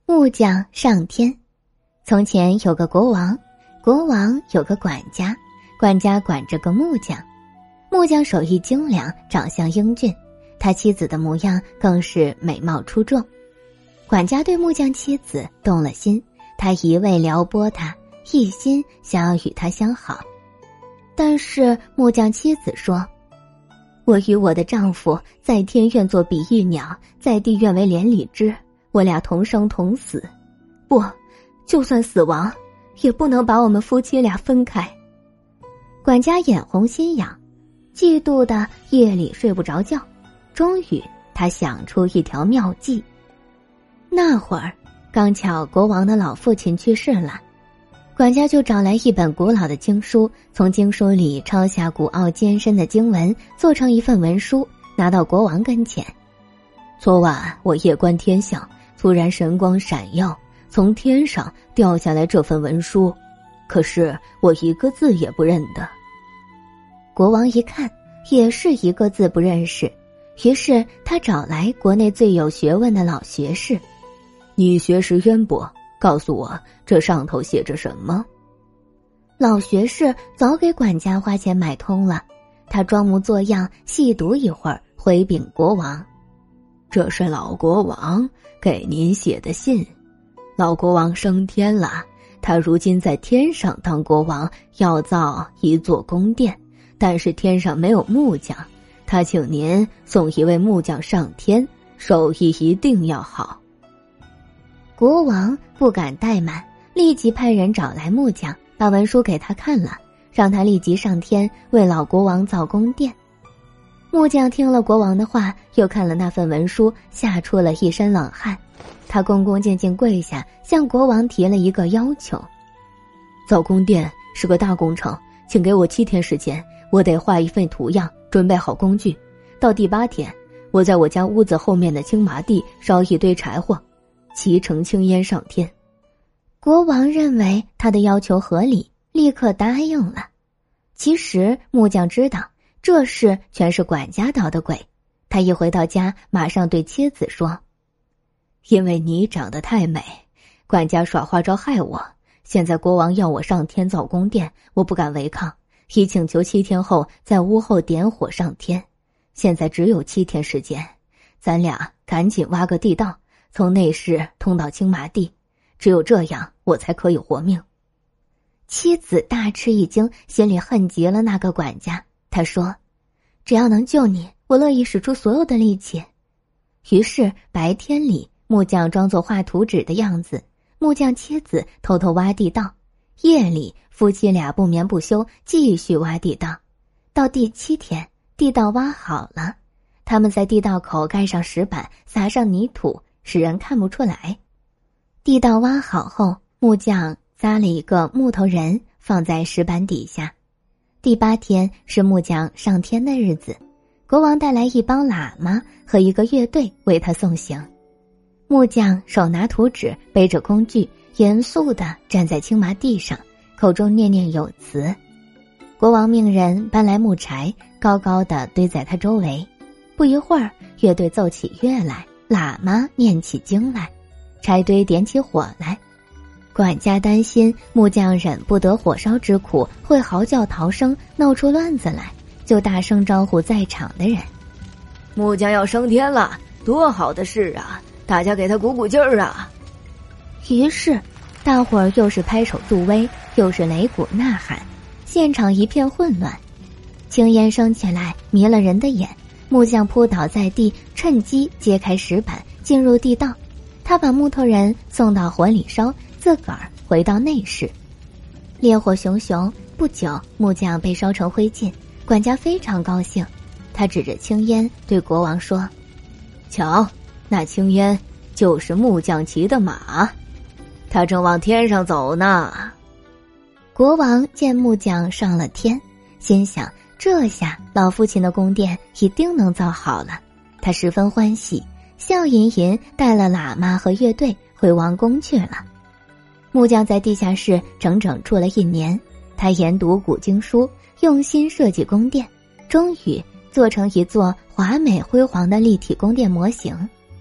木匠上天。从前有个国王，国王有个管家，管家管着个木匠。木匠手艺精良，长相英俊，他妻子的模样更是美貌出众。管家对木匠妻子动了心，他一味撩拨她，一心想要与她相好。但是木匠妻子说，我与我的丈夫在天愿作比翼鸟，在地愿为连理枝，我俩同生同死，不，就算死亡也不能把我们夫妻俩分开。管家眼红心痒，嫉妒的夜里睡不着觉，终于他想出一条妙计。那会儿刚巧国王的老父亲去世了，管家就找来一本古老的经书，从经书里抄下古奥艰深的经文，做成一份文书，拿到国王跟前。昨晚我夜观天象，突然神光闪耀，从天上掉下来这份文书，可是我一个字也不认得。国王一看，也是一个字不认识，于是他找来国内最有学问的老学士，你学识渊博，告诉我这上头写着什么？老学士早给管家花钱买通了，他装模作样细读一会儿，回禀国王，这是老国王给您写的信。老国王升天了，他如今在天上当国王，要造一座宫殿，但是天上没有木匠，他请您送一位木匠上天，手艺一定要好。国王不敢怠慢，立即派人找来木匠，把文书给他看了，让他立即上天为老国王造宫殿。木匠听了国王的话，又看了那份文书，吓出了一身冷汗。他恭恭敬敬跪下，向国王提了一个要求：造宫殿是个大工程，请给我7天时间，我得画一份图样，准备好工具。到第8天，我在我家屋子后面的青麻地烧一堆柴火，骑乘青烟上天。国王认为他的要求合理，立刻答应了。其实木匠知道这事全是管家捣的鬼，他一回到家，马上对妻子说，因为你长得太美，管家耍花招害我，现在国王要我上天造宫殿，我不敢违抗，已请求7天后在屋后点火上天。现在只有7天时间，咱俩赶紧挖个地道，从内室通到青麻地，只有这样我才可以活命。妻子大吃一惊，心里恨极了那个管家。他说，只要能救你，我乐意使出所有的力气。于是白天里木匠装作画图纸的样子，木匠妻子偷偷挖地道，夜里夫妻俩不眠不休，继续挖地道。到第7天，地道挖好了，他们在地道口盖上石板，撒上泥土，使人看不出来。地道挖好后，木匠扎了一个木头人放在石板底下。第8天是木匠上天的日子，国王带来一帮喇嘛和一个乐队为他送行。木匠手拿图纸，背着工具，严肃地站在青麻地上，口中念念有词。国王命人搬来木柴，高高地堆在他周围。不一会儿，乐队奏起乐来，喇嘛念起经来，柴堆点起火来。管家担心木匠忍不得火烧之苦，会嚎叫逃生，闹出乱子来，就大声招呼在场的人，木匠要升天了，多好的事啊，大家给他鼓鼓劲儿啊。于是大伙儿又是拍手助威，又是擂鼓呐喊，现场一片混乱。青烟升起来，迷了人的眼，木匠扑倒在地，趁机揭开石板，进入地道。他把木头人送到火里烧，自个儿回到内室。烈火熊熊，不久木匠被烧成灰烬，管家非常高兴，他指着青烟对国王说，瞧，那青烟就是木匠骑的马，他正往天上走呢。国王见木匠上了天，心想这下老父亲的宫殿一定能造好了，他十分欢喜，笑吟吟带了喇嘛和乐队回王宫去了。木匠在地下室整整住了1年，他研读古经书，用心设计宫殿，终于做成一座华美辉煌的立体宫殿模型。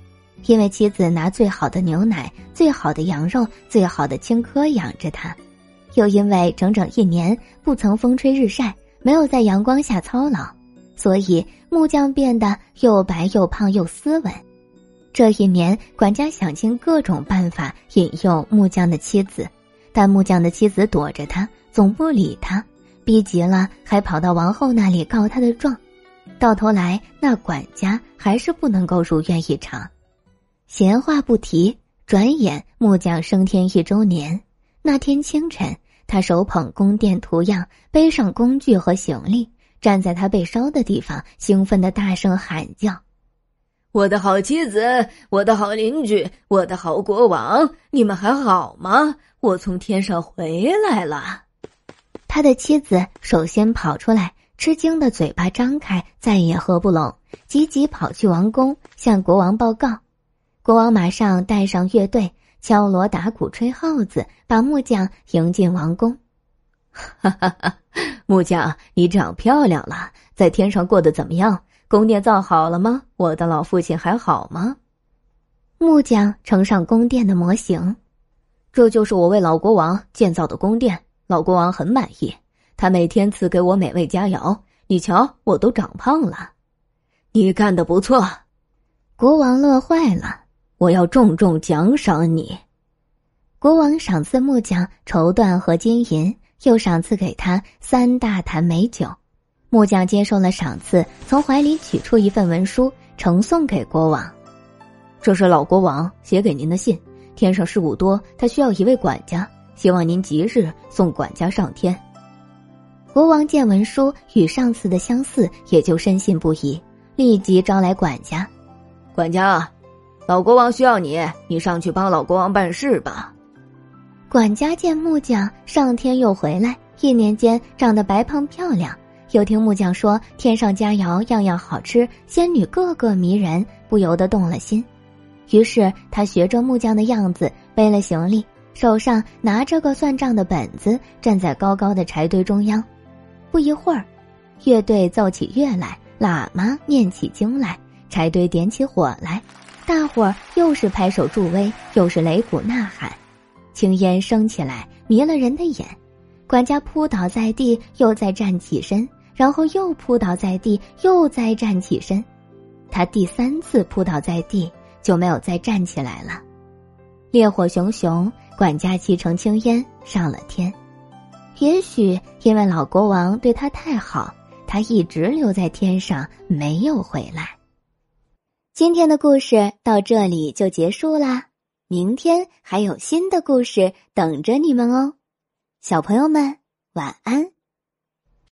因为妻子拿最好的牛奶、最好的羊肉、最好的青稞养着他，又因为整整1年不曾风吹日晒，没有在阳光下操劳，所以木匠变得又白又胖又斯文。这1年，管家想尽各种办法引诱木匠的妻子，但木匠的妻子躲着他，总不理他，逼急了还跑到王后那里告他的状。到头来，那管家还是不能够如愿以偿。闲话不提，转眼木匠升天1周年。那天清晨，他手捧宫殿图样，背上工具和行李，站在他被烧的地方，兴奋地大声喊叫： 我的好妻子，我的好邻居，我的好国王，你们还好吗？我从天上回来了。 他的妻子首先跑出来，吃惊的嘴巴张开，再也合不拢，急急跑去王宫向国王报告。国王马上带上乐队，敲锣打鼓吹号子，把木匠迎进王宫。 哈哈哈，木匠，你长漂亮了，在天上过得怎么样？宫殿造好了吗？我的老父亲还好吗？ 木匠呈上宫殿的模型。 这就是我为老国王建造的宫殿，老国王很满意，他每天赐给我美味佳肴，你瞧，我都长胖了。你干得不错。 国王乐坏了， 我要重重奖赏你。 国王赏赐木匠绸缎和金银，又赏赐给他3大坛美酒。木匠接受了赏赐，从怀里取出一份文书，呈送给国王。 这是老国王写给您的信，天上事务多，他需要一位管家，希望您即日送管家上天。 国王见文书与上次的相似，也就深信不疑，立即招来管家。 管家，老国王需要你，你上去帮老国王办事吧。 管家见木匠上天又回来，1年间长得白胖漂亮，又听木匠说天上佳肴样样好吃，仙女个个迷人，不由得动了心。于是他学着木匠的样子，背了行李，手上拿着个算账的本子，站在高高的柴堆中央。不一会儿，乐队奏起乐来，喇嘛念起经来，柴堆点起火来，大伙儿又是拍手助威，又是擂鼓呐喊，青烟升起来，迷了人的眼。管家扑倒在地，又再站起身，然后又扑倒在地，又再站起身。他第3次扑倒在地，就没有再站起来了。烈火熊熊，管家气成青烟上了天。也许因为老国王对他太好，他一直留在天上，没有回来。今天的故事到这里就结束啦，明天还有新的故事等着你们哦。小朋友们，晚安。